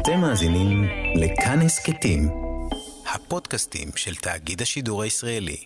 אתם מאזינים לכאן הסכתים, הפודקאסטים של תאגיד השידור הישראלי.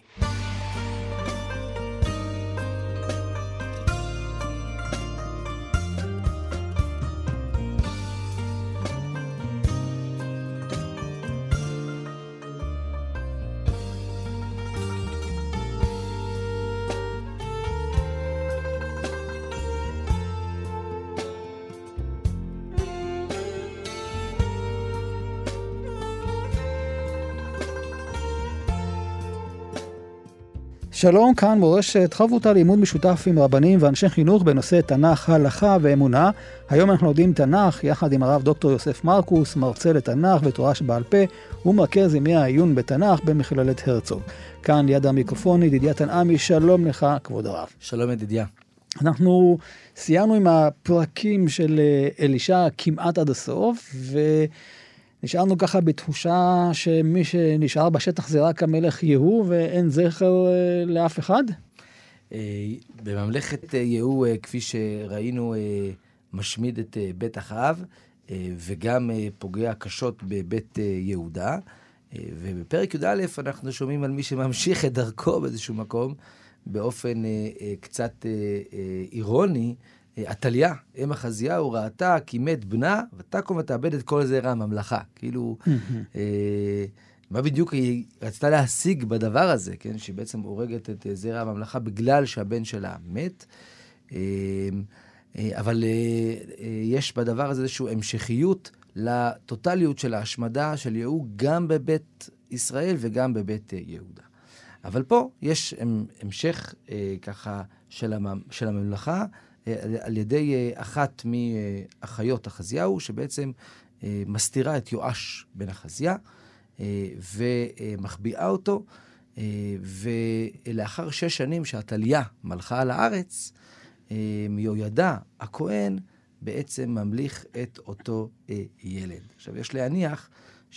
שלום, כאן מורשת, חברותא לימוד משותף עם רבנים ואנשי חינוך בנושא תנ"ך, הלכה ואמונה. היום אנחנו לומדים תנ"ך יחד עם הרב דוקטור יוסף מרקוס, מרצה לתנ"ך ותורה שבעל פה, ומרכז ימי העיון בתנ"ך במכללת הרצוג. כאן ליד המיקרופון ידידיה תנעמי, שלום לך כבוד הרב. שלום ידידיה. אנחנו סיימנו עם הפרקים של אלישע כמעט עד הסוף, נשארנו ככה בתחושה שמי שנשאר בשטח זה רק המלך יהוא ואין זכר לאף אחד? בממלכת יהוא, כפי שראינו, משמיד את בית אחאב וגם פוגע קשות בבית יהודה. ובפרק י"א אנחנו שומעים על מי שממשיך את דרכו באיזשהו מקום באופן קצת אירוני. עתליה, אם אחזיהו, ראתה כי מת בנה, ותקום ותאבד את כל זרע הממלכה. כאילו, מה בדיוק היא רצתה להשיג בדבר הזה, כן? שבעצם הורגת את זרע הממלכה בגלל שהבן שלה מת. אבל יש בדבר הזה איזושהי המשכיות לטוטליות של ההשמדה של יהוא, גם בבית ישראל וגם בבית יהודה. אבל פה יש המשך ככה של הממלכה, על ידי אחת מאחיות אחזיהו, שבעצם מסתירה את יואש בן אחזיה, ומחביאה אותו, ולאחר 6 שנים שעתליה מלכה על הארץ, יהוידע הכהן בעצם ממליך את אותו ילד. עכשיו יש להניח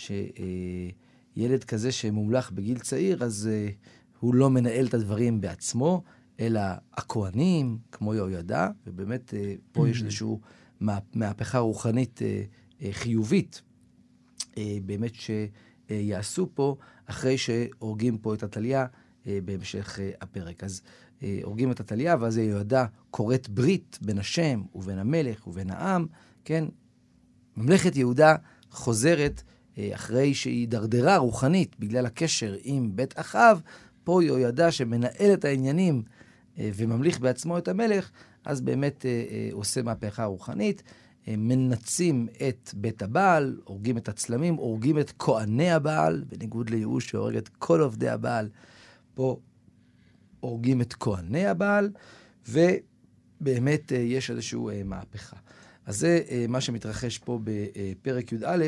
שילד כזה שמומלך בגיל צעיר, אז הוא לא מנהל את הדברים בעצמו, אלא הכהנים, כמו יהוידע, ובאמת פה יש איזושהי מהפכה רוחנית חיובית, באמת שיעשו פה, אחרי שהורגים פה את עתליה בהמשך הפרק. אז הורגים את עתליה, ואז יהוידע קוראת ברית בין השם ובין המלך ובין העם, כן? ממלכת יהודה חוזרת אחרי שהיא דרדרה רוחנית בגלל הקשר עם בית אחאב, פה יהוידע שמנהל את העניינים וממליך בעצמו את המלך, אז באמת עושה מהפכה רוחנית, מנצים את בית הבעל, הורגים את הצלמים, הורגים את כהני הבעל, בניגוד ליהוא שהורג את כל עובדי הבעל, פה הורגים את כהני הבעל, ובאמת יש איזושהי מהפכה. אז זה מה שמתרחש פה בפרק י"א,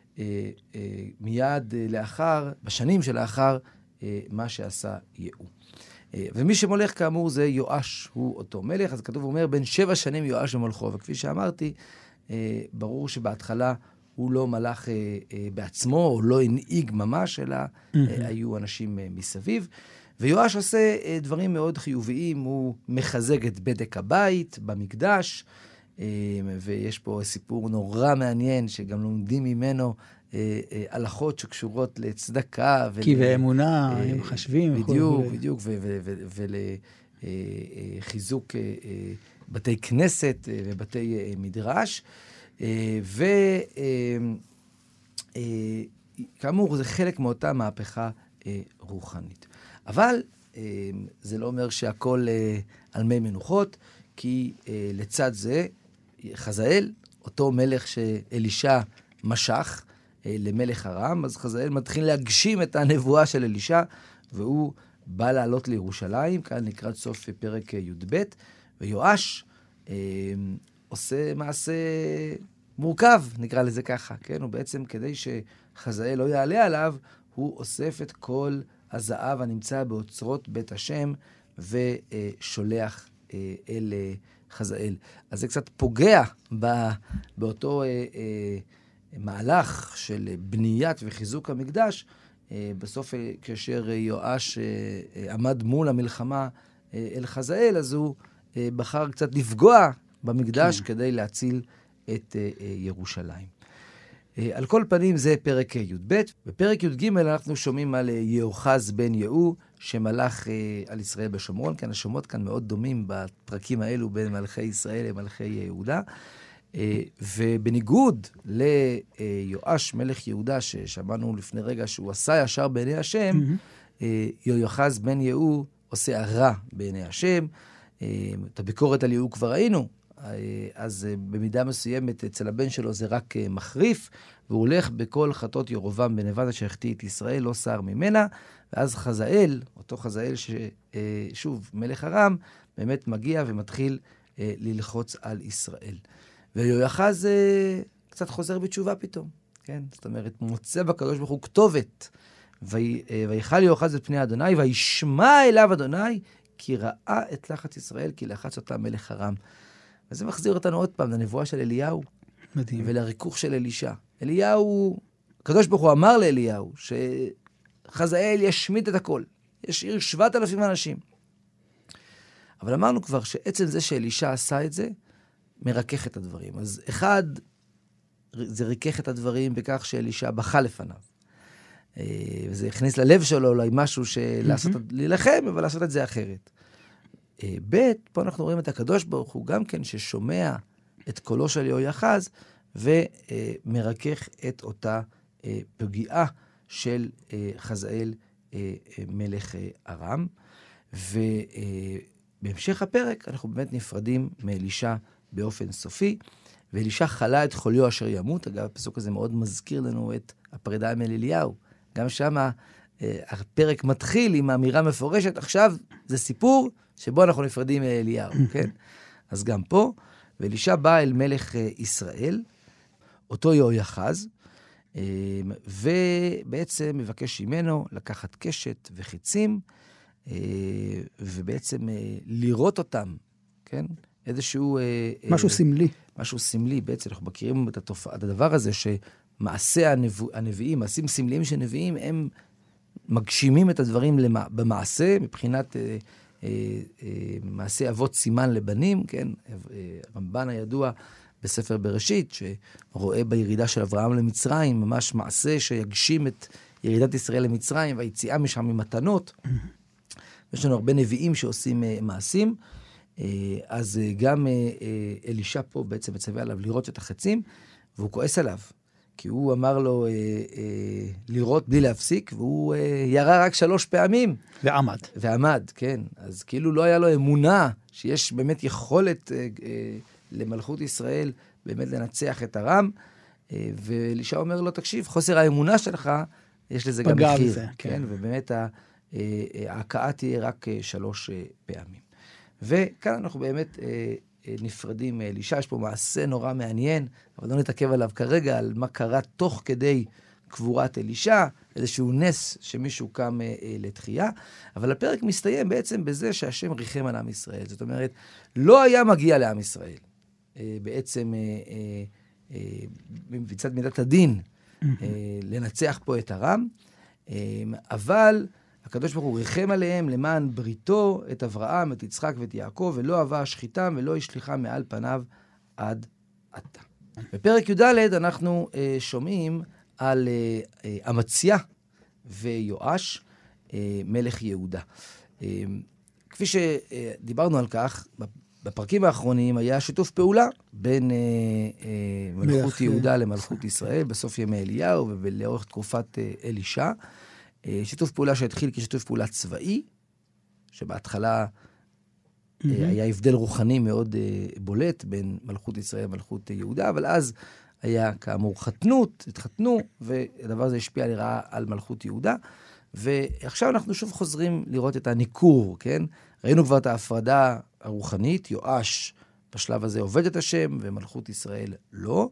מיד לאחר, בשנים שלאחר, מה שעשה יהוא. ומי שמולך כאמור זה יואש, הוא אותו מלך. אז כתוב אומר, בין 7 שנים יואש ומולכו. וכפי שאמרתי, ברור שבהתחלה הוא לא מלך בעצמו, או לא הנהיג ממש, אלא היו אנשים מסביב. ויואש עושה דברים מאוד חיוביים, הוא מחזק את בדק הבית במקדש, ויש פה סיפור נורא מעניין, שגם לומדים ממנו הלכות שקשורות לצדקה. כי באמונה הם חשבים. בדיוק, ולחיזוק בתי כנסת ובתי מדרש. וכאמור, זה חלק מאותה מהפכה רוחנית. אבל זה לא אומר שהכל על מי מנוחות, כי לצד זה חזאל, אותו מלך שאלישע משך למלך ארם, אז חזאל מתחיל להגשים את הנבואה של אלישע, והוא בא לעלות לירושלים, כאן לקראת סוף פרק י"ב, ויואש עושה מעשה מורכב, נקרא לזה ככה, כן? הוא בעצם כדי שחזאל לא יעלה עליו, הוא אוסף את כל הזהב הנמצא באוצרות בית השם, ושולח אל חזאל. אז זה קצת פוגע באותו מהלך של בניית וחיזוק המקדש. בסוף כאשר יואש עמד מול המלחמה אל חזאל, אז הוא בחר קצת לפגוע במקדש כדי להציל את ירושלים. על כל פנים זה פרק י"ב. בפרק י"ג אנחנו שומעים על יהואחז בן יהוא, שמלך על ישראל בשומרון, כי השמות כאן מאוד דומים בפרקים האלו בין מלכי ישראל למלכי יהודה. ובניגוד ליואש מלך יהודה, ששמענו לפני רגע שהוא עשה ישר בעיני השם, יהואחז בן יהוא עושה הרע בעיני השם. את הביקורת על יהוא כבר ראינו, אז במידה מסוימת אצל הבן שלו זה רק מחריף, והוא הולך בכל חטאות ירובעם בן נבט אשר החטיא את ישראל, לא סר ממנה, ואז חזאל, אותו חזאל ששוב מלך ארם, באמת מגיע ומתחיל ללחוץ על ישראל. ויהואחז קצת חוזר בתשובה פתאום, כן? זאת אומרת, מוצא בקדוש ברוך הוא כתובת, ויחל יהואחז את פני אדוני, וישמע אליו אדוני, כי ראה את לחץ ישראל, כי לחץ אותה מלך ארם. וזה מחזיר אותנו עוד פעם לנבואה של אליהו, מדהים. ולריכוך של אלישע. אליהו, הקדוש ברוך הוא אמר לאליהו, שחזאל ישמיד את הכל, ישאיר 7,000 אנשים. אבל אמרנו כבר שעצם זה שאלישע עשה את זה, מרכך את הדברים. אז אחד, זה ריכך את הדברים בכך שאלישע בכה לפניו. וזה הכניס ללב שלו אולי משהו להילחם, אבל לעשות את זה אחרת. ב', פה אנחנו רואים את הקדוש ברוך הוא גם כן ששומע את קולו של יהואחז, ומרכך את אותה פגיעה של חזאל מלך ארם. ובהמשך הפרק אנחנו באמת נפרדים מאלישע באופן סופי, ואלישע חלה את חוליו אשר ימות. אגב, הפסוק הזה מאוד מזכיר לנו את הפרידה מאליהו. גם שם הפרק מתחיל עם האמירה מפורשת, עכשיו זה סיפור שבו אנחנו נפרדים מאליהו, כן? אז גם פה, ואלישע בא אל מלך ישראל, אותו יהואחז, ובעצם מבקש ממנו לקחת קשת וחיצים, ובעצם לראות אותם, כן? איזשהו... משהו סמלי. משהו סמלי, בעצם אנחנו מכירים את הדבר הזה, שמעשה הנביאים, מעשים סמליים של נביאים, הם מגשימים את הדברים במעשה, מבחינת מעשה אבות סימן לבנים, כן? רמב"ן הידוע בספר בראשית, שרואה בירידה של אברהם למצרים, ממש מעשה שיגשים את ירידת ישראל למצרים, והיציאה משם ממתנות. יש לנו הרבה נביאים שעושים מעשים, אז גם אלישע פה בעצם מצווה עליו לראות את החצים, והוא כועס עליו, כי הוא אמר לו לראות בלי להפסיק, והוא ירה רק 3 פעמים. ועמד, כן. אז כאילו לא היה לו אמונה שיש באמת יכולת למלכות ישראל באמת לנצח את ארם, ואלישע אומר לו, תקשיב, חוסר האמונה שלך, יש לזה גם מחיר. בזה, כן. ובאמת ההכאה תהיה רק 3 פעמים. וכאן אנחנו באמת נפרדים מאלישע. יש פה מעשה נורא מעניין, אבל לא נתעכב עליו כרגע, על מה קרה תוך כדי קבורת אלישע, איזשהו נס שמישהו קם לתחייה. אבל הפרק מסתיים בעצם בזה שהשם ריחם על עם ישראל. זאת אומרת, לא היה מגיע לעם ישראל. בעצם מצד מידת הדין לנצח פה את ארם, אבל הקדוש ברוך הוא ריחם עליהם למען בריתו את אברהם, את יצחק ואת יעקב, ולא אהבה השחיתם ולא השליחם מעל פניו עד עתה. בפרק י"ד אנחנו שומעים על אמציה ויואש, מלך יהודה. כפי שדיברנו על כך, בפרקים האחרונים היה שיתוף פעולה בין מלכות יהודה למלכות ישראל, בסוף ימי אליהו ולאורך תקופת אלישע. שיתוף פעולה שהתחיל כשיתוף פעולה צבאי, שבהתחלה היה הבדל רוחני מאוד בולט בין מלכות ישראל ומלכות יהודה, אבל אז היה כאמור התחתנו, והדבר הזה השפיע לרעה על מלכות יהודה, ועכשיו אנחנו שוב חוזרים לראות את הניכור, כן? ראינו כבר את ההפרדה הרוחנית, יואש בשלב הזה עובד את השם, ומלכות ישראל לא,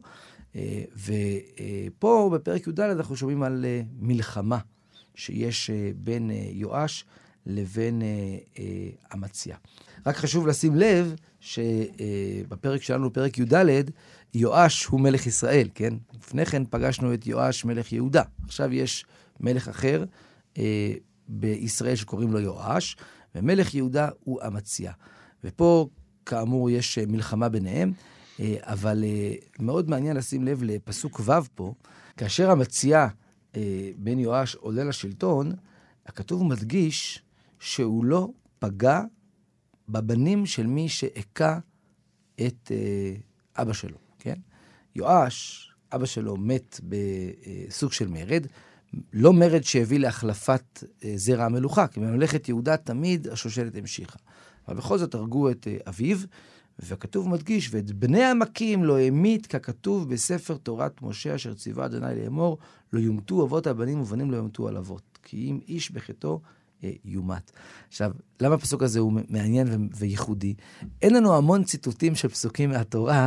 ופה בפרק י"ד אנחנו שומעים על מלחמה, שיש בין יואש לבין אמציה. רק חשוב לשים לב שבפרק שלנו, פרק י"ד, יואש הוא מלך ישראל, כן? לפני כן פגשנו את יואש מלך יהודה. עכשיו יש מלך אחר בישראל שקוראים לו יואש, ומלך יהודה הוא אמציה. ופה כאמור יש מלחמה ביניהם. אבל מאוד מעניין לשים לב לפסוק ו' פה, כאשר המציאה בן יואש עולה לשלטון, הכתוב מדגיש שהוא לא פגע בבנים של מי שהכה את אבא שלו, כן? יואש, אבא שלו מת בסוג של מרד, לא מרד שהביא להחלפת זרע המלוכה, כי בממלכת יהודה תמיד השושלת המשיכה. אבל בכל זאת הרגו את אביו, והכתוב מדגיש, ואת בני המכים לא המית, ככתוב בספר תורת משה, אשר ציווה אדוני לאמור, לא יומתו אבות הבנים ובנים לא יומתו על אבות, כי אם איש בחטאו יומת. עכשיו, למה הפסוק הזה הוא מעניין וייחודי? אין לנו המון ציטוטים של פסוקים מהתורה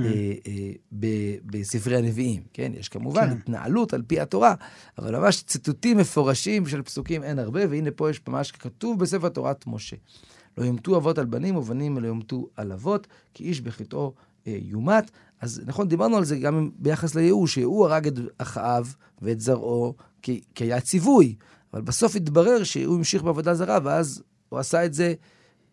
בספרי הנביאים, כן? יש כמובן התנהלות על פי התורה, אבל ממש ציטוטים מפורשים של פסוקים אין הרבה, והנה פה יש ממש כתוב בספר תורת משה. לא יומתו אבות על בנים ובנים לא יומתו על אבות, כי איש בחטאו יומת. אז נכון, דיברנו על זה גם ביחס ליהוא, שיהוא הרג את אחאב ואת זרעו, כי היה ציווי. אבל בסוף התברר שהוא המשיך בעבודה זרה, ואז הוא עשה את זה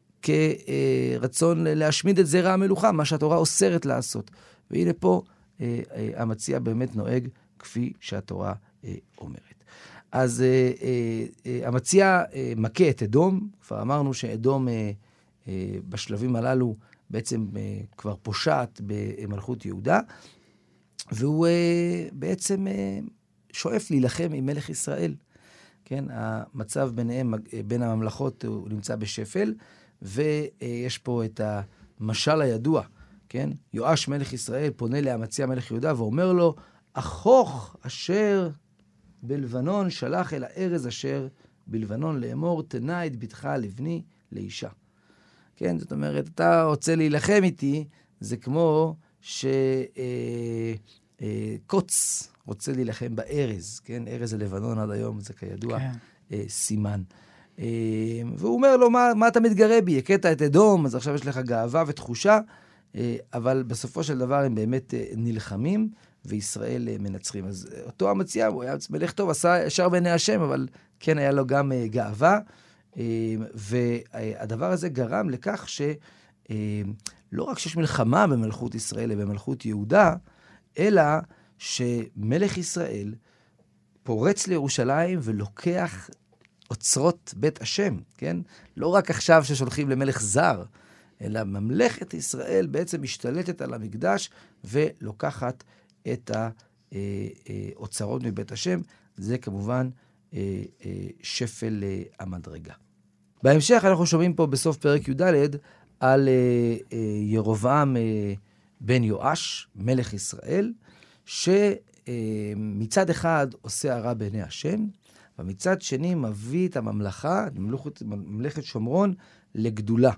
כרצון להשמיד את זרע המלוכה, מה שהתורה אוסרת לעשות. והנה פה המציע באמת נוהג כפי שהתורה אומרת. אז המציע מכה את אדום, כבר אמרנו שאדום בשלבים הללו בעצם כבר פושעת במלכות יהודה, והוא בעצם שואף להילחם עם מלך ישראל. כן, המצב ביניהם, בין הממלכות הוא נמצא בשפל, ויש פה את המשל הידוע, כן? יואש מלך ישראל פונה לאמציה מלך יהודה ואומר לו, אכוך אשר בלבנון שלח אל הארז אשר בלבנון לאמור, תנה את ביתך לבני לאישה. כן, זאת אומרת, אתה רוצה להילחם איתי, זה כמו שקוץ רוצה להילחם בארז, כן? ארז הלבנון עד היום, זה כידוע סימן. והוא אומר לו, מה אתה מתגרה בי? הכית את אדום, אז עכשיו יש לך גאווה ותחושה, אבל בסופו של דבר הם באמת נלחמים, וישראל מנצחים. אז אותו המציע, הוא היה מלך טוב, עשה ישר בעיני השם, אבל כן היה לו גם גאווה, והדבר הזה גרם לכך שלא רק שיש מלחמה במלכות ישראל ובמלכות יהודה, אלא שמלך ישראל פורץ לירושלים ולוקח אוצרות בית השם, כן? לא רק עכשיו ששולחים למלך זר, אלא ממלכת ישראל בעצם משתלטת על המקדש ולוקחת את האוצרות מבית השם. זה כמובן שפל המדרגה. בהמשך אנחנו שומעים פה בסוף פרק י"ד על ירבעם בן יואש, מלך ישראל, שמצד אחד עושה הרע בעיני השם, ומצד שני מביא את הממלכה, ממלכת שומרון, לגדולה.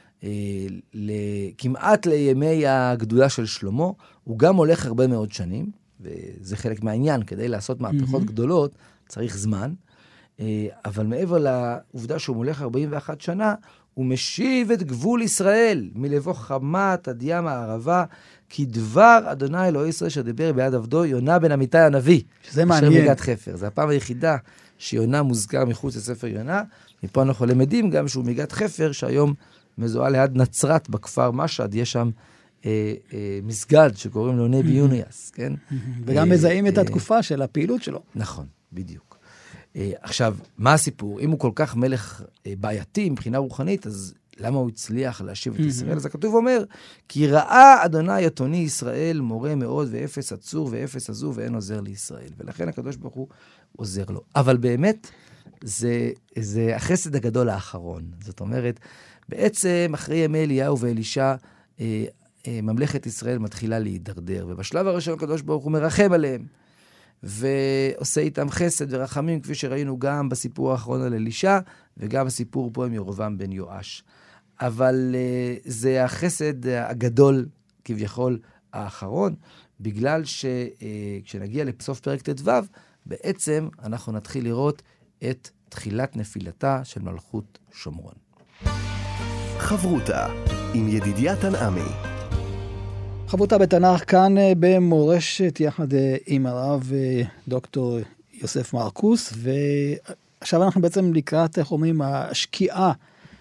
כמעט לימי הגדולה של שלמה, הוא גם הולך הרבה מאוד שנים, וזה חלק מהעניין, כדי לעשות מהפכות גדולות צריך זמן, אבל מעבר לעובדה שהוא מולך 41 שנה, הוא משיב את גבול ישראל, מלבוא חמת עד ים הערבה, כי דבר אדוני אלוהי ישראל שדיבר ביד עבדו, יונה בן אמיתי הנביא. שזה מעניין. מגת חפר. זה הפעם היחידה שיונה מוזכר מחוץ לספר יונה. מפה אנחנו למדים גם שהוא מגת חפר, שהיום מזוהה ליד נצרת בכפר משד, יש שם מסגד שקוראים לו נבי יוניאס, כן? וגם מזהים את התקופה של הפעילות שלו. נכון, בדיוק. עכשיו, מה הסיפור? אם הוא כל כך מלך בעייתי מבחינה רוחנית, אז למה הוא הצליח להשיב את ישראל? אז הכתוב אומר, כי ראה אדוני יתוני ישראל מורה מאוד ואפס עצור ואפס עזוב ואין עוזר לישראל. ולכן הקדוש ברוך הוא עוזר לו. אבל באמת, זה החסד הגדול האחרון. זאת אומרת, בעצם אחרי ימי אליהו ואלישע, ממלכת ישראל מתחילה להידרדר. ובשלב הראשון הקדוש ברוך הוא מרחם עליהם. ועושה איתם חסד ורחמים, כפי שראינו גם בסיפור האחרון על אלישע, וגם הסיפור פה עם ירבעם בן יואש. אבל זה החסד הגדול, כביכול, האחרון, בגלל שכשנגיע לסוף פרק ט"ו, בעצם אנחנו נתחיל לראות את תחילת נפילתה של מלכות שומרון. חברותה עם ידידיה תנעמי. חברותה בתנ"ך כאן במורשת יחד עם הרב דוקטור יוסף מרקוס, ועכשיו אנחנו בעצם לקראת, איך אומרים, השקיעה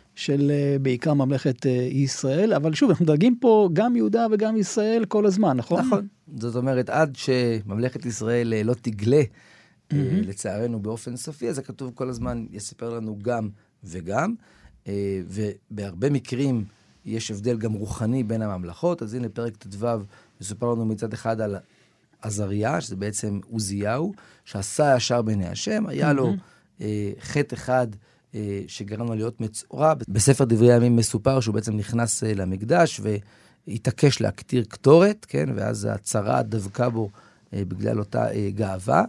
של בעיקר ממלכת ישראל, אבל שוב, אנחנו מדרגים פה גם יהודה וגם ישראל כל הזמן, נכון? נכון. זאת אומרת, עד שממלכת ישראל לא תגלה, לצערנו באופן סופי, אז הכתוב כל הזמן יספר לנו גם וגם, ובהרבה מקרים יש הבדל גם רוחני בין הממלכות, אז הנה פרק ט"ו מסופר לנו מצד אחד על עזריה, שזה בעצם עוזיהו, שעשה ישר בעיני השם, היה לו חטא אחד שגרם לו להיות מצורע. בספר דברי הימים מסופר שהוא בעצם נכנס למקדש והתעקש להקטיר קטורת, כן? ואז הצרה דבקה בו בגלל אותה גאווה.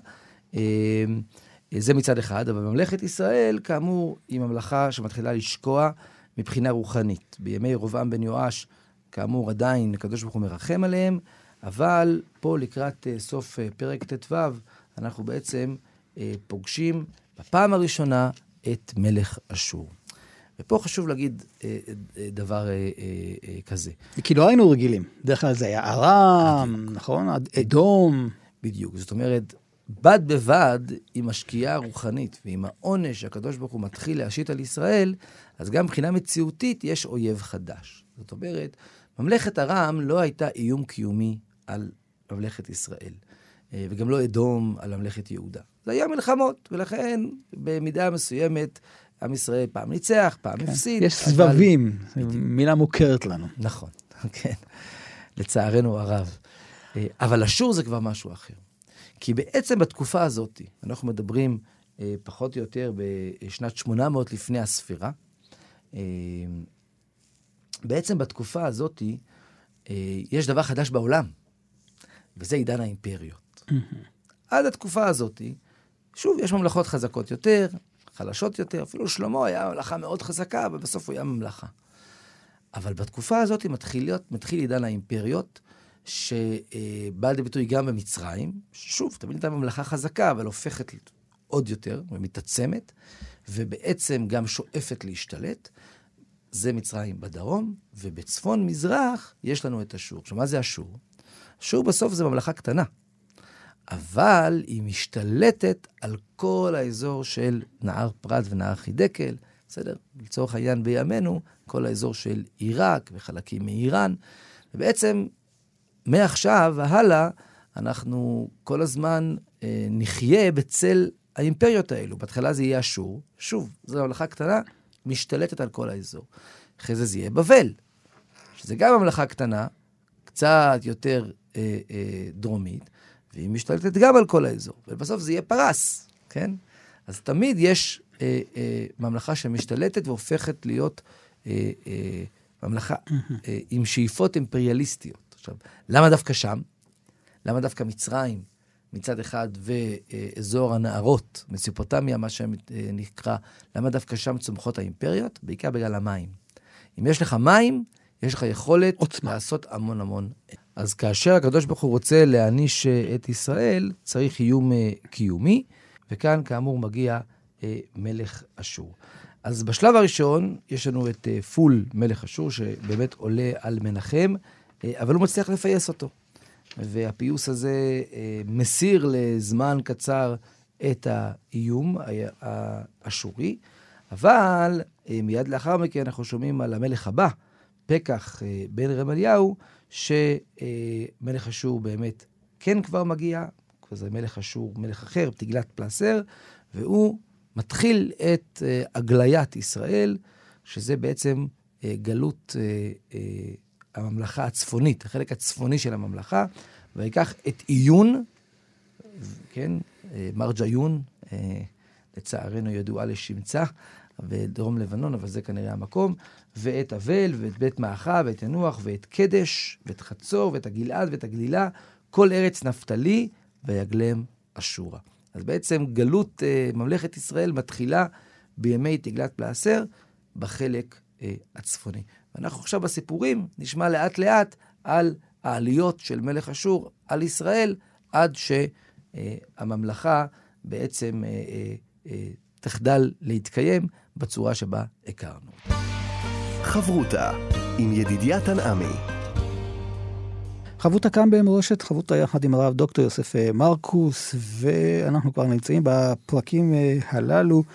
זה מצד אחד, אבל ממלכת ישראל, כאמור, היא ממלכה שמתחילה לשקוע מבחינה רוחנית. בימי רובעם בן יואש, כאמור, עדיין הקדוש ברוך הוא מרחם עליהם, אבל פה לקראת סוף פרק ט"ו, אנחנו בעצם פוגשים בפעם הראשונה את מלך אשור. ופה חשוב להגיד דבר כזה. כי לא היינו רגילים. דרך כלל זה היה ארם, נכון? אדום. בדיוק. זאת אומרת, בד בבד עם השקיעה הרוחנית ועם העונש שהקדוש ברוך הוא מתחיל להשית על ישראל, אז גם מבחינה מציאותית יש אויב חדש. זאת אומרת, ממלכת ארם לא הייתה איום קיומי על ממלכת ישראל, וגם לא אדום על ממלכת יהודה. זה היה מלחמות, ולכן במידה מסוימת עם ישראל פעם ניצח, פעם הפסיד. יש סבבים, מילה מוכרת לנו. נכון, כן, לצערנו הרב. אבל אשור זה כבר משהו אחר. כי בעצם בתקופה הזאת, אנחנו מדברים פחות או יותר בשנת 800 לפני הספירה, בעצם בתקופה הזאת יש דבר חדש בעולם, וזה עידן האימפריות. עד התקופה הזאת, שוב, יש ממלכות חזקות יותר, חלשות יותר, אפילו שלמה היה ממלכה מאוד חזקה, ובסוף הוא היה ממלכה. אבל בתקופה הזאת מתחיל עידן האימפריות, שבא לביטוי גם במצרים, שוב, תמיד הייתה ממלכה חזקה, אבל הופכת עוד יותר, ומתעצמת, ובעצם גם שואפת להשתלט. זה מצרים בדרום, ובצפון מזרח יש לנו את אשור. עכשיו, מה זה אשור? אשור בסוף זה ממלכה קטנה, אבל היא משתלטת על כל האזור של נהר פרת ונהר חידקל, בסדר? לצורך העניין בימינו, כל האזור של עיראק וחלקים מאיראן, ובעצם מעכשיו והלאה, אנחנו כל הזמן נחיה בצל האימפריות האלו. בהתחלה זה יהיה אשור, שוב, זו ממלכה קטנה, משתלטת על כל האזור. אחרי זה יהיה בבל, שזה גם ממלכה קטנה, קצת יותר דרומית, והיא משתלטת גם על כל האזור. ובסוף זה יהיה פרס, כן? אז תמיד יש ממלכה שמשתלטת והופכת להיות ממלכה עם שאיפות אימפריאליסטיות. עכשיו, למה דווקא שם? למה דווקא מצרים מצד אחד ואזור הנערות, מציפוטמיה, מה שנקרא, למה דווקא שם צומחות האימפריות? בעיקר בגלל המים. אם יש לך מים, יש לך יכולת לעשות המון המון. אז כאשר הקדוש ברוך הוא רוצה להעניש את ישראל, צריך איום קיומי, וכאן כאמור מגיע מלך אשור. אז בשלב הראשון יש לנו את פול מלך אשור, שבאמת עולה על מנחם, אבל הוא מצליח לפייס אותו. והפיוס הזה מסיר לזמן קצר את האיום האשורי, אבל מיד לאחר מכן אנחנו שומעים על המלך הבא, פקח בן רמליהו, שמלך אשור באמת כן כבר מגיע, זה מלך אשור, מלך אחר, תגלת פלסר, והוא מתחיל את הגליית ישראל, שזה בעצם גלות הממלכה הצפונית, החלק הצפוני של הממלכה, ויקח את עיון, כן, מרג'יון, לצערנו ידועה לשמצה, ודרום לבנון, אבל זה כנראה המקום, ואת אבל, ואת בית מאחה, ואת ינוח, ואת קדש, ואת חצור, ואת הגלעד, ואת הגלילה, כל ארץ נפתלי, ויגלם אשורה. אז בעצם גלות ממלכת ישראל מתחילה בימי תגלת פלסר, בחלק הצפוני. ואנחנו עכשיו בסיפורים נשמע לאט לאט על העליות של מלך אשור על ישראל, עד שהממלכה בעצם תחדל להתקיים בצורה שבה הכרנו. חברותה עם ידידיה תנעמי. חברותה כאן במורשת, חברותה יחד עם הרב דוקטור יוסף מרקוס, ואנחנו כבר נמצאים בפרקים הללו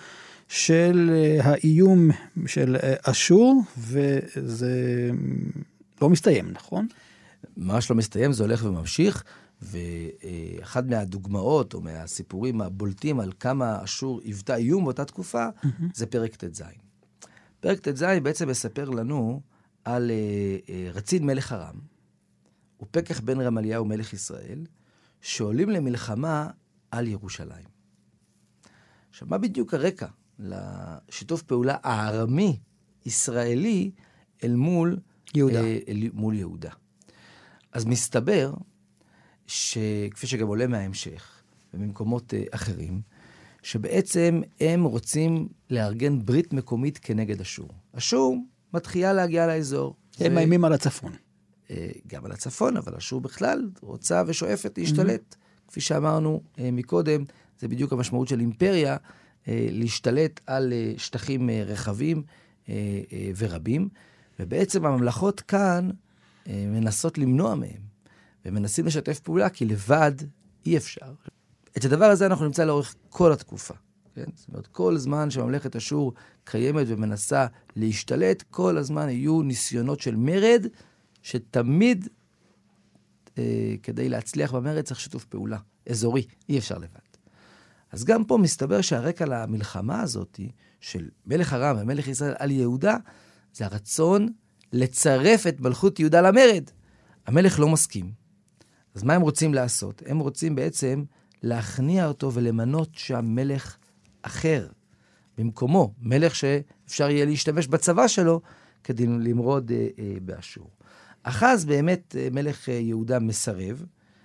של האיום של אשור, וזה לא מסתיים, נכון? ממש לא מסתיים, זה הולך וממשיך, ואחת מהדוגמאות או מהסיפורים הבולטים על כמה אשור היוותה איום באותה תקופה, זה פרק ט"ז. פרק ט"ז בעצם מספר לנו על רצין מלך ארם, ופקח בן רמליהו מלך ישראל, שעולים למלחמה על ירושלים. עכשיו, מה בדיוק הרקע לשיתוף פעולה הארמי-ישראלי אל מול יהודה? מול יהודה. אז מסתבר שכפי שגם עולה מההמשך, וממקומות אחרים, שבעצם הם רוצים לארגן ברית מקומית כנגד אשור. אשור מתחילה להגיע לאזור. הם מאיימים על הצפון. גם על הצפון, אבל אשור בכלל רוצה ושואפת להשתלט. כפי שאמרנו מקודם, זה בדיוק המשמעות של אימפריה, להשתלט על שטחים רחבים ורבים, ובעצם הממלכות כאן מנסות למנוע מהם, ומנסים לשתף פעולה, כי לבד אי אפשר. את הדבר הזה אנחנו נמצא לאורך כל התקופה. כן? זאת אומרת, כל זמן שממלכת אשור קיימת ומנסה להשתלט, כל הזמן יהיו ניסיונות של מרד, שתמיד כדי להצליח במרד צריך שיתוף פעולה אזורי, אי אפשר לבד. אז גם פה מסתבר שהרקע למלחמה הזאת של מלך ארם ומלך ישראל על יהודה, זה הרצון לצרף את מלכות יהודה למרד. המלך לא מסכים. אז מה הם רוצים לעשות? הם רוצים בעצם להכניע אותו ולמנות שם מלך אחר במקומו, מלך שאפשר יהיה להשתמש בצבא שלו כדי למרוד באשור. אחז באמת מלך יהודה מסרב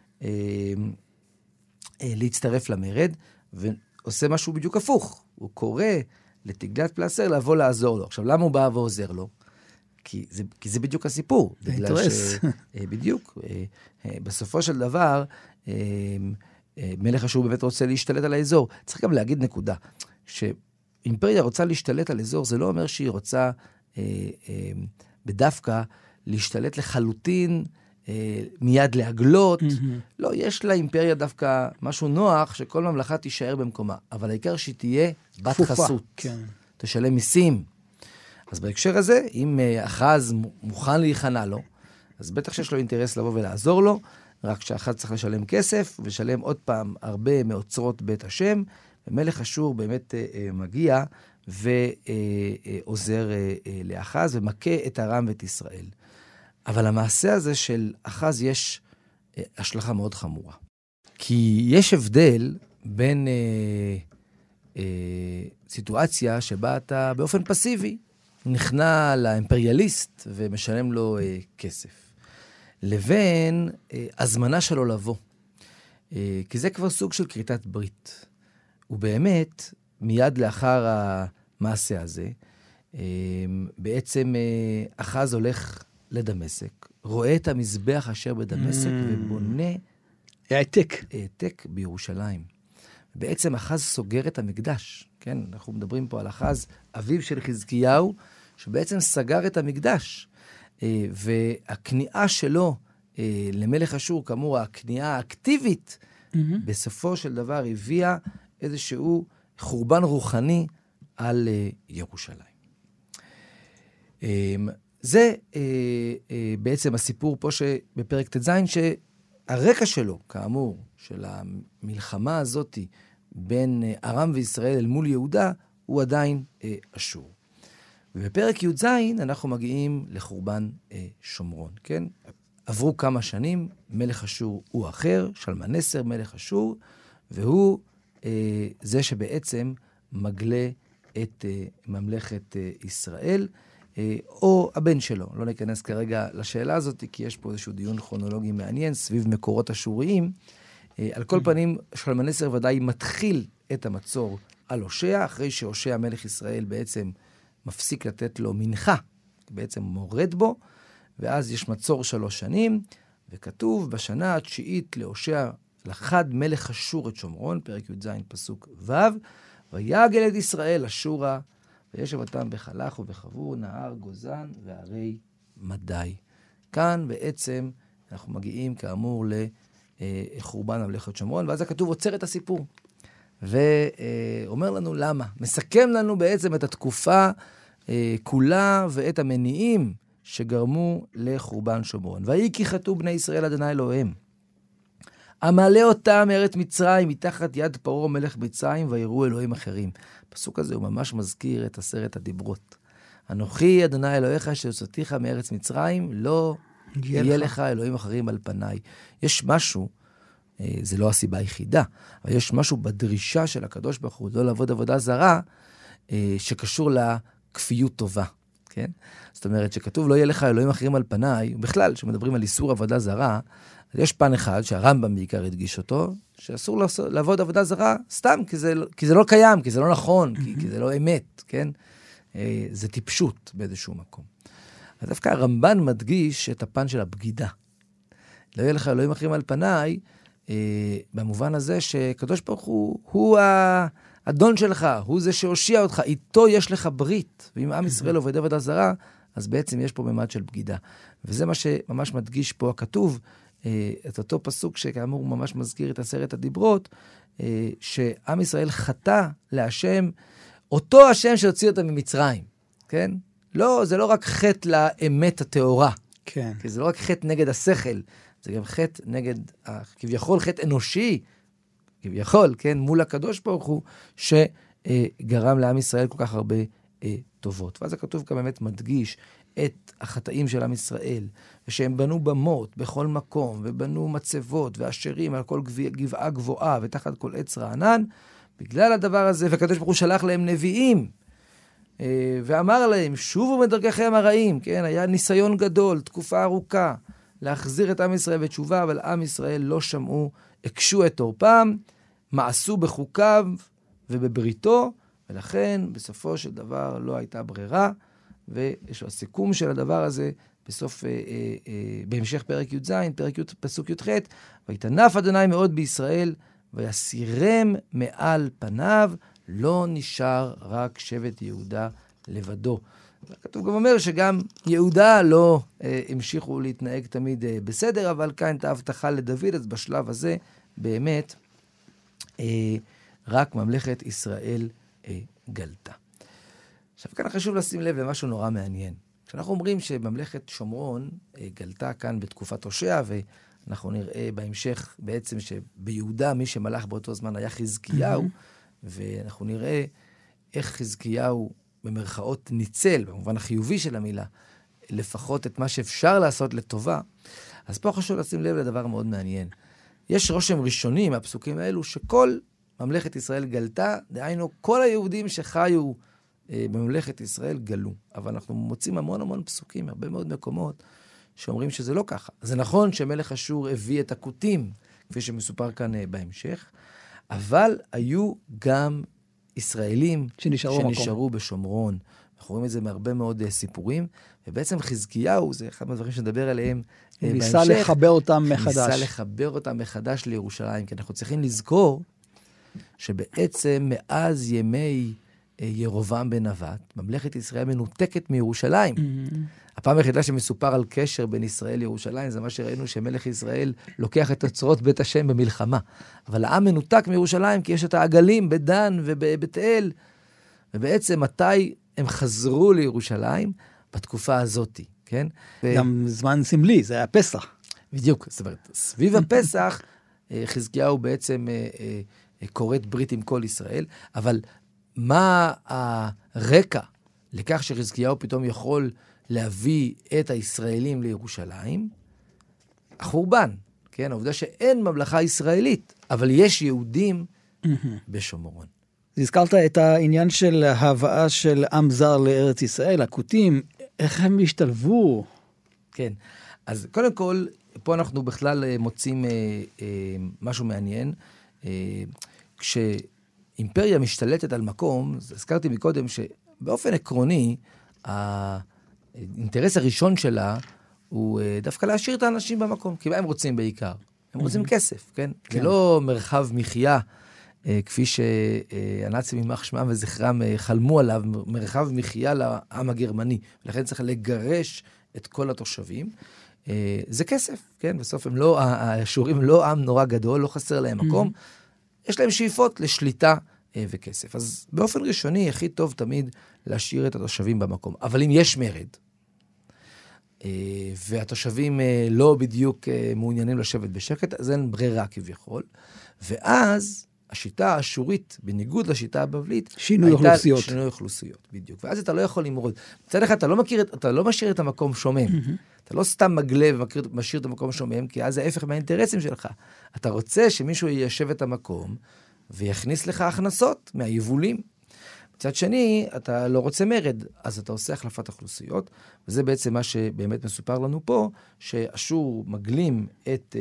להצטרף למרד, ועושה משהו בדיוק הפוך. הוא קורא לתגלת פלסר לבוא לעזור לו. עכשיו, למה הוא בא ועוזר לו? כי זה בדיוק הסיפור. אינטרס. בדיוק. בסופו של דבר, מלך אשור באמת רוצה להשתלט על האזור. צריך גם להגיד נקודה, שאימפריה רוצה להשתלט על אזור, זה לא אומר שהיא רוצה בדווקא להשתלט לחלוטין, מיד להגלות. לא, יש לאימפריה דווקא משהו נוח, שכל ממלכה תישאר במקומה. אבל העיקר שהיא תהיה בת חסות. כן. תשלם מיסים. אז בהקשר הזה, אם אחז מוכן להיכנע לו, אז בטח שיש לו אינטרס לבוא ולעזור לו, רק שאחז צריך לשלם כסף, ושלם עוד פעם הרבה מאוצרות בית השם, ומלך אשור באמת מגיע ועוזר לאחז, ומכה את ארם ואת ישראל. אבל המעשה הזה של אחז יש השלכה מאוד חמורה. כי יש הבדל בין סיטואציה שבה אתה באופן פסיבי נכנע לאימפריאליסט ומשלם לו כסף, לבין הזמנה שלו לבוא. כי זה כבר סוג של כריתת ברית. ובאמת, מיד לאחר המעשה הזה, בעצם אחז הולך לדמשק, רואה את המזבח אשר בדמשק ובונה העתק בירושלים. בעצם אחז סוגר את המקדש. כן, אנחנו מדברים פה על אחז, אביו של חזקיהו, שבעצם סגר את המקדש. והכניעה שלו למלך אשור, כאמור, הכניעה האקטיבית, בסופו של דבר הביאה איזשהו חורבן רוחני על ירושלים. זה בעצם הסיפור פה בפרק ט"ז, שהרקע שלו, כאמור, של המלחמה הזאת בין ארם וישראל אל מול יהודה, הוא עדיין אשור. ובפרק י"ז אנחנו מגיעים לחורבן שומרון, כן? עברו כמה שנים, מלך אשור הוא אחר, שלמנסר מלך אשור, והוא זה שבעצם מגלה את ממלכת ישראל, או הבן שלו. לא ניכנס כרגע לשאלה הזאת, כי יש פה איזשהו דיון כרונולוגי מעניין, סביב מקורות אשוריים. על כל פנים, שלמנסר ודאי מתחיל את המצור על הושע, אחרי שהושע מלך ישראל בעצם מפסיק לתת לו מנחה, בעצם מורד בו, ואז יש מצור 3 שנים, וכתוב בשנה התשיעית להושע לחד מלך אשור את שומרון, פרק י"ז פסוק ו', ויגל את ישראל אשורה, וישב אותם בחלך ובחבור נהר גוזן והרי מדי. כאן בעצם אנחנו מגיעים כאמור לחורבן ממלכת שומרון, ואז הכתוב עוצר את הסיפור. ואומר לנו למה. מסכם לנו בעצם את התקופה כולה ואת המניעים שגרמו לחורבן שומרון. ויהי כי חטאו בני ישראל אדוני אלוהיהם. המלא אותם מארץ מצרים, מתחת יד פרעה מלך מצרים, ויראו אלוהים אחרים. הפסוק הזה הוא ממש מזכיר את 10 הדיברות. אנוכי אדוני אלוהיך שהוצאתיך מארץ מצרים, לא יהיה לך אלוהים אחרים על פניי. יש משהו, זה לא הסיבה היחידה, אבל יש משהו בדרישה של הקדוש ברוך הוא, לא לעבוד עבודה זרה, שקשור לכפיות טובה. כן? זאת אומרת, שכתוב לא יהיה לך אלוהים אחרים על פניי, בכלל, שמדברים על איסור עבודה זרה, יש פן אחד שהרמב"ם בעיקר הדגיש אותו, שאסור לעבוד עבודה זרה סתם, כי זה לא קיים, כי זה לא נכון, כי זה לא אמת, כן? זה טיפשות באיזשהו מקום. אז דווקא הרמב"ן מדגיש את הפן של הבגידה. לא יהיה לך אלוהים אחרים על פניי, במובן הזה שקדוש ברוך הוא האדון שלך, הוא זה שהושיע אותך, איתו יש לך ברית, ואם עם ישראל עובד עבודה זרה, אז בעצם יש פה ממד של בגידה. וזה מה שממש מדגיש פה הכתוב, את אותו פסוק שכאמור ממש מזכיר את 10 הדיברות, שעם ישראל חטא להשם, אותו השם שהוציא אותם ממצרים, כן? לא, זה לא רק חטא לאמת התאורה, כן. כי זה לא רק חטא נגד השכל, זה גם חטא נגד, כביכול חטא אנושי, כביכול, כן, מול הקדוש ברוך הוא, שגרם לעם ישראל כל כך הרבה טובות. ואז הכתוב כאן באמת מדגיש את החטאים של עם ישראל, ושהם בנו במות בכל מקום, ובנו מצבות ואשרים על כל גבעה גבוהה, ותחת כל עץ רענן, בגלל הדבר הזה, והקדוש ברוך הוא שלח להם נביאים, ואמר להם, שובו מדרכיכם הרעים, כן, היה ניסיון גדול, תקופה ארוכה, להחזיר את עם ישראל בתשובה, אבל עם ישראל לא שמעו, הקשו את עורפם, מעשו בחוקיו ובבריתו, ולכן בסופו של דבר לא הייתה ברירה, ויש לו הסיכום של הדבר הזה בסוף, בהמשך פרק י"ז, פרק י' פסוק י"ח, ויתנף אדוני מאוד בישראל, ויסירם מעל פניו, לא נשאר רק שבט יהודה לבדו. כתוב גם אומר שגם יהודה לא המשיכו להתנהג תמיד בסדר, אבל כאן את ההבטחה לדוד, אז בשלב הזה באמת רק ממלכת ישראל גלתה. עכשיו כאן חשוב לשים לב למשהו נורא מעניין. כשאנחנו אומרים שממלכת שומרון גלתה כאן בתקופת הושע, ואנחנו נראה בהמשך בעצם שביהודה מי שמלך באותו זמן היה חזקיהו, ואנחנו נראה איך חזקיהו במרכאות ניצל, במובן החיובי של המילה, לפחות את מה שאפשר לעשות לטובה. אז פה חשוב לשים לב לדבר מאוד מעניין. יש רושם ראשוני מהפסוקים האלו שכל ממלכת ישראל גלתה, דהיינו כל היהודים שחיו בממלכת ישראל גלו. אבל אנחנו מוצאים המון פסוקים, הרבה מאוד מקומות, שאומרים שזה לא ככה. זה נכון שמלך אשור הביא את הכותים, כפי שמסופר כאן בהמשך, אבל היו גם ישראלים שנשארו בשומרון. אנחנו רואים את זה מהרבה מאוד סיפורים, ובעצם חזקיהו, זה אחד מהדברים שנדבר עליהם בהמשך. ניסה לחבר אותם מחדש. ניסה לחבר אותם מחדש לירושלים, כי אנחנו צריכים לזכור שבעצם מאז ימי ירובעם בן נבט, ממלכת ישראל מנותקת מירושלים. הפעם היחידה שמסופר על קשר בין ישראל לירושלים, זה מה שראינו שמלך ישראל לוקח את אוצרות בית השם במלחמה. אבל העם מנותק מירושלים, כי יש את העגלים בדן ובבית אל, ובעצם מתי הם חזרו לירושלים? בתקופה הזאת, כן? גם זמן סמלי, זה היה פסח. בדיוק, זאת אומרת, סביב הפסח, חזקיהו בעצם קוראת ברית עם כל ישראל, אבל מה הרקע לכך שחזקיהו פתאום יכול להביא את הישראלים לירושלים? החורבן, כן? העובדה שאין ממלכה ישראלית, אבל יש יהודים בשומרון. הזכרת את העניין של ההבאה של עם זר לארץ ישראל, הכותים, איך הם השתלבו? כן, אז קודם כל, פה אנחנו בכלל מוצאים משהו מעניין. כשאימפריה משתלטת על מקום, הזכרתי מקודם שבאופן עקרוני, האינטרס הראשון שלה הוא דווקא להשאיר את האנשים במקום, כי מה הם רוצים בעיקר? הם רוצים כסף, כן? זה לא מרחב מחיה, כפי שהנאצים יימח שמם וזכרם חלמו עליו, מרחב מחיה לעם הגרמני, ולכן צריך לגרש את כל התושבים. זה כסף, כן? בסוף הם לא, האשורים לא עם נורא גדול, לא חסר להם מקום. יש להם שאיפות לשליטה וכסף. אז באופן ראשוני, הכי טוב תמיד להשאיר את התושבים במקום. אבל אם יש מרד, והתושבים לא בדיוק מעוניינים לשבת בשקט, אז אין ברירה כביכול. ואז השיטה האשורית, בניגוד לשיטה הבבלית, שינוי אוכלוסיות. שינוי אוכלוסיות, בדיוק. ואז אתה לא יכול למרוד. מצד אחד, אתה לא משאיר את המקום שומם. אתה לא סתם מגלה ומשאיר את המקום שומם, כי אז זה ההפך מהאינטרסים שלך. אתה רוצה שמישהו יישב את המקום, ויכניס לך הכנסות מהיבולים. מצד שני, אתה לא רוצה מרד, אז אתה עושה החלפת אוכלוסיות, וזה בעצם מה שבאמת מסופר לנו פה, שאשור מגלים את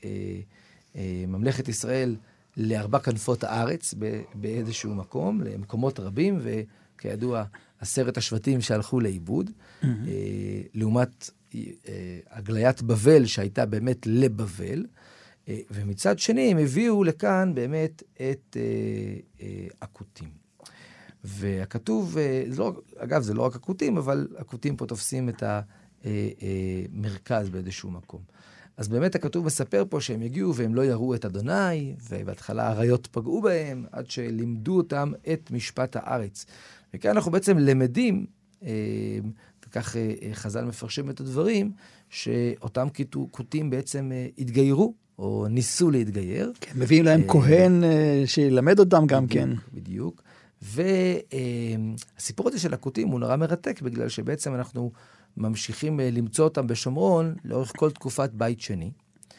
ממלכת ישראל לארבע כנפות הארץ באיזשהו מקום, למקומות רבים, וכידוע, 10 השבטים שהלכו לאיבוד, לעומת הגליית בבל שהייתה באמת לבבל, ומצד שני הם הביאו לכאן באמת את הכותים. והכתוב, אגב, זה לא רק הכותים, אבל הכותים פה תופסים את המרכז באיזשהו מקום. אז באמת הכתוב מספר פה שהם הגיעו והם לא יראו את אדוני, ובהתחלה האריות פגעו בהם, עד שלימדו אותם את משפט הארץ. וכאן אנחנו בעצם למדים, וכך חז"ל מפרשים את הדברים, שאותם כותים בעצם התגיירו, או ניסו להתגייר. כן, מביאים להם כהן שילמד אותם גם כן. בדיוק. והסיפור הזה של הכותים הוא נורא מרתק, בגלל שבעצם אנחנו ממשיכים למצוא אותם בשומרון לאורך כל תקופת בית שני,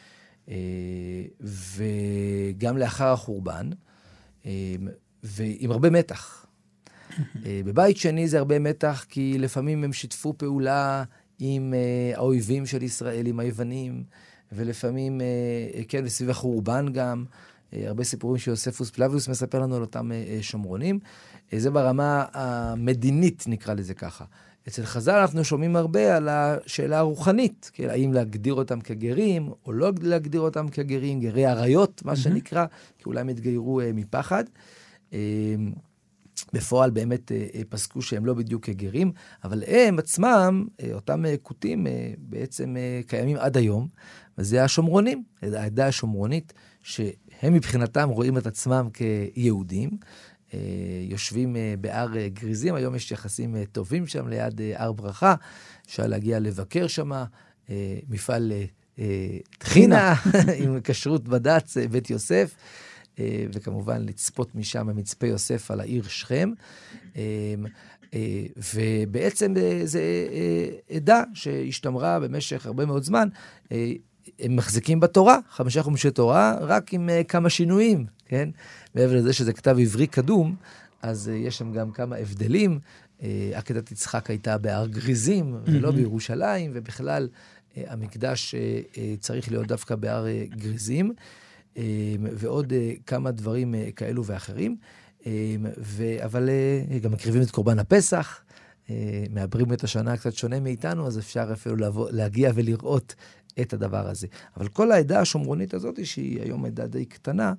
וגם לאחר החורבן, ועם הרבה מתח. בבית שני זה הרבה מתח, כי לפעמים הם שיתפו פעולה עם האויבים של ישראל, עם היוונים, ולפעמים, כן, בסביב החורבן גם, הרבה סיפורים שיוספוס פלביוס מספר לנו על אותם שומרונים. זה ברמה המדינית, נקרא לזה ככה. אצל חז"ל אנחנו שומעים הרבה על השאלה הרוחנית, כן? האם להגדיר אותם כגרים, או לא להגדיר אותם כגרים, גרי עריות, מה שנקרא, כי אולי הם התגיירו מפחד. בפועל באמת פסקו שהם לא בדיוק כגרים, אבל הם עצמם, אותם כותים בעצם קיימים עד היום, וזה השומרונים, העדה השומרונית, שהם מבחינתם רואים את עצמם כיהודים, יושבים בהר גריזים, היום יש יחסים טובים שם ליד הר ברכה, אפשר להגיע לבקר שם, מפעל תחינה, עם כשרות בד"ץ, בית יוסף, וכמובן לצפות משם מצפה יוסף על העיר שכם, ובעצם זה עדה שהשתמרה במשך הרבה מאוד זמן, הם מחזיקים בתורה, 5 חומשי תורה, רק עם כמה שינויים, כן? מעבר לזה שזה כתב עברי קדום, אז יש שם גם כמה הבדלים. עקדת יצחק הייתה בהר גריזים, ולא בירושלים, ובכלל המקדש צריך להיות דווקא בהר גריזים, ועוד כמה דברים כאלו ואחרים. אבל גם מקריבים את קורבן הפסח, מעברים את השנה קצת שונה מאיתנו, אז אפשר אפילו להגיע ולראות את הדבר הזה. אבל כל העדה השומרונית הזאת, שהיא היום עדה די קטנה,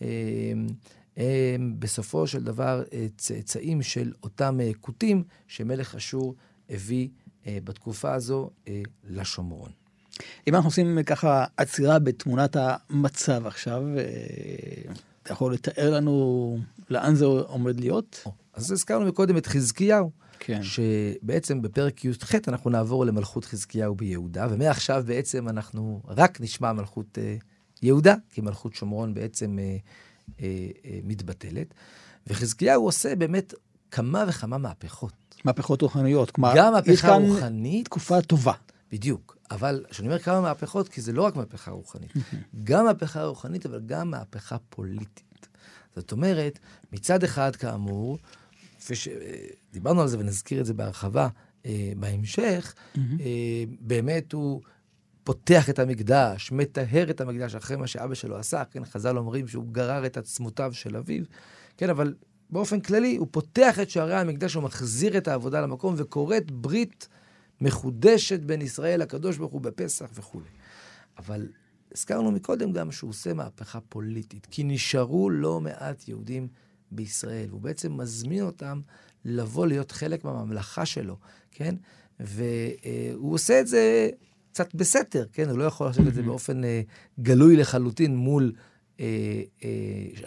הם בסופו של דבר צאצאים של אותם כותים שמלך אשור הביא בתקופה הזו לשומרון. אם אנחנו עושים ככה עצירה בתמונת המצב עכשיו, אתה יכול לתאר לנו לאן זה עומד להיות? אז הזכרנו מקודם את חזקיהו, כן. שבעצם בפרק י"ח אנחנו נעבור למלכות חזקיהו ביהודה, ומעכשיו בעצם אנחנו רק נשמע מלכות יהודה, כי מלכות שומרון בעצם מתבטלת, וחזקיהו עושה באמת כמה וכמה מהפכות. מהפכות רוחניות, כלומר, גם מהפכה רוחנית. תקופה טובה. בדיוק, אבל כשאני אומר כמה מהפכות, כי זה לא רק מהפכה רוחנית, גם מהפכה רוחנית, אבל גם מהפכה פוליטית. זאת אומרת, מצד אחד כאמור, דיברנו על זה ונזכיר את זה בהרחבה בהמשך, באמת הוא פותח את המקדש, מטהר את המקדש אחרי מה שאבא שלו עשה, כן, חז"ל אומרים שהוא גרר את עצמותיו של אביו, כן, אבל באופן כללי הוא פותח את שערי המקדש, הוא מחזיר את העבודה למקום וקוראת ברית מחודשת בין ישראל הקדוש ברוך הוא בפסח וכו'. אבל הזכרנו מקודם גם שהוא עושה מהפכה פוליטית, כי נשארו לא מעט יהודים בישראל, והוא בעצם מזמין אותם לבוא להיות חלק מהממלכה שלו, כן? והוא עושה את זה קצת בסתר, כן? הוא לא יכול לעשות את זה באופן גלוי לחלוטין מול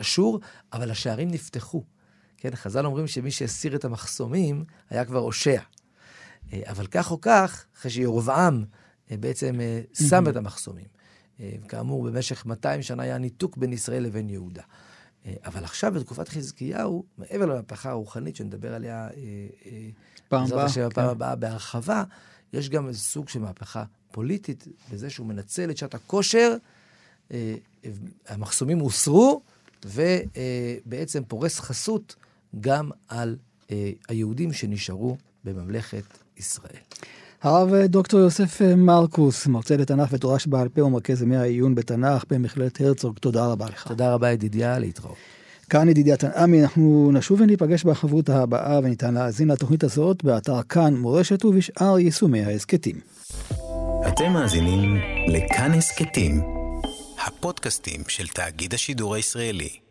אשור, אבל השערים נפתחו. כן, חז"ל אומרים שמי שהסיר את המחסומים היה כבר הושע. אבל כך או כך, אחרי שירבעם בעצם שם את המחסומים. כאמור, במשך 200 שנה היה ניתוק בין ישראל לבין יהודה. אבל עכשיו, בתקופת חזקיהו, מעבר למהפכה הרוחנית שנדבר עליה פעם הבאה בהרחבה, יש גם איזה סוג של מהפכה פוליטית, בזה שהוא מנצל את שעת הכושר, המחסומים הוסרו, ובעצם פורס חסות גם על היהודים שנשארו בממלכת ישראל. הרב דוקטור יוסף מרקוס, מרצה לתנ"ך ותורה שבעל פה ומרכז ימי העיון בתנ"ך במכללת הרצוג, תודה רבה לך. תודה רבה ידידיה, להתראות. כאן ידידיה תנעמי, אנחנו נשוב וניפגש בחברותה הבאה, וניתן להאזין לתוכנית הזאת באתר כאן מורשת ובשאר יישומי ההסכתים. אתם מאזינים לכאן הסכתים, הפודקאסטים של תאגיד השידור הישראלי.